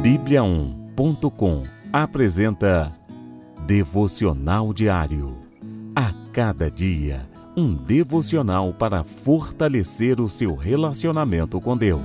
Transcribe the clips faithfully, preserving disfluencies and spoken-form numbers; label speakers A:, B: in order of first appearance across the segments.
A: Bíblia um ponto com apresenta Devocional Diário. A cada dia, um devocional para fortalecer o seu relacionamento com Deus.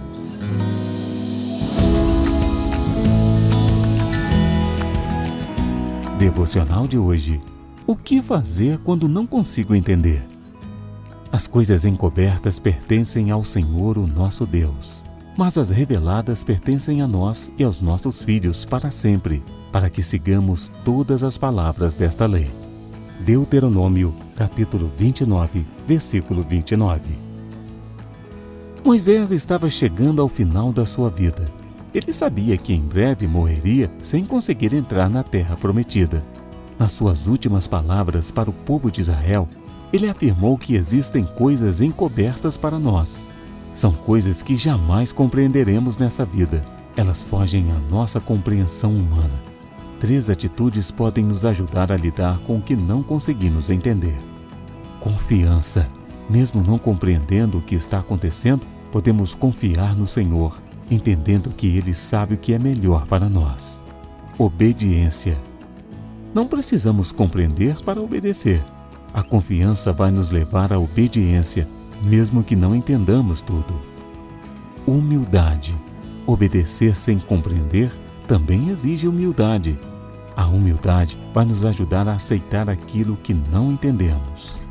A: Devocional de hoje. O que fazer quando não consigo entender? As coisas encobertas pertencem ao Senhor, o nosso Deus, mas as reveladas pertencem a nós e aos nossos filhos para sempre, para que sigamos todas as palavras desta lei. Deuteronômio, capítulo vinte e nove, versículo vinte e nove. Moisés estava chegando ao final da sua vida. Ele sabia que em breve morreria sem conseguir entrar na terra prometida. Nas suas últimas palavras para o povo de Israel, ele afirmou que existem coisas encobertas para nós. São coisas que jamais compreenderemos nessa vida. Elas fogem à nossa compreensão humana. Três atitudes podem nos ajudar a lidar com o que não conseguimos entender. Confiança. Mesmo não compreendendo o que está acontecendo, podemos confiar no Senhor, entendendo que Ele sabe o que é melhor para nós. Obediência. Não precisamos compreender para obedecer. A confiança vai nos levar à obediência, mesmo que não entendamos tudo. Humildade. Obedecer sem compreender também exige humildade. A humildade vai nos ajudar a aceitar aquilo que não entendemos.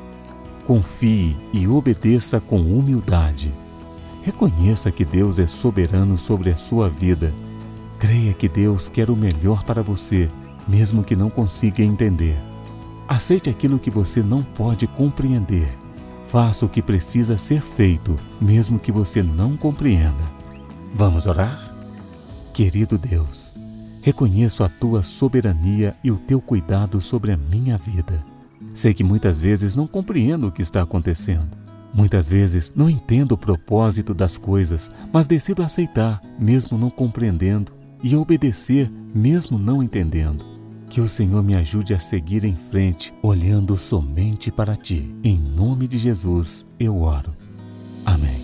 A: Confie e obedeça com humildade. Reconheça que Deus é soberano sobre a sua vida. Creia que Deus quer o melhor para você, mesmo que não consiga entender. Aceite aquilo que você não pode compreender. Faça o que precisa ser feito, mesmo que você não compreenda. Vamos orar? Querido Deus, reconheço a Tua soberania e o Teu cuidado sobre a minha vida. Sei que muitas vezes não compreendo o que está acontecendo. Muitas vezes não entendo o propósito das coisas, mas decido aceitar, mesmo não compreendendo, e obedecer, mesmo não entendendo. Que o Senhor me ajude a seguir em frente, olhando somente para Ti. Em nome de Jesus, eu oro. Amém.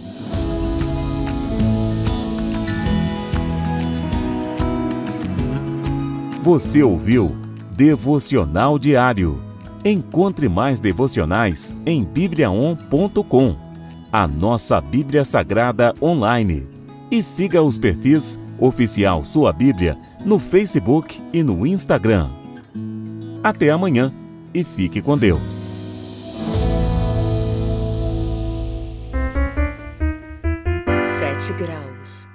A: Você ouviu Devocional Diário. Encontre mais devocionais em Bíblia um ponto com, a nossa Bíblia Sagrada online. E siga os perfis Oficial Sua Bíblia no Facebook e no Instagram. Até amanhã e fique com Deus.
B: Sete graus.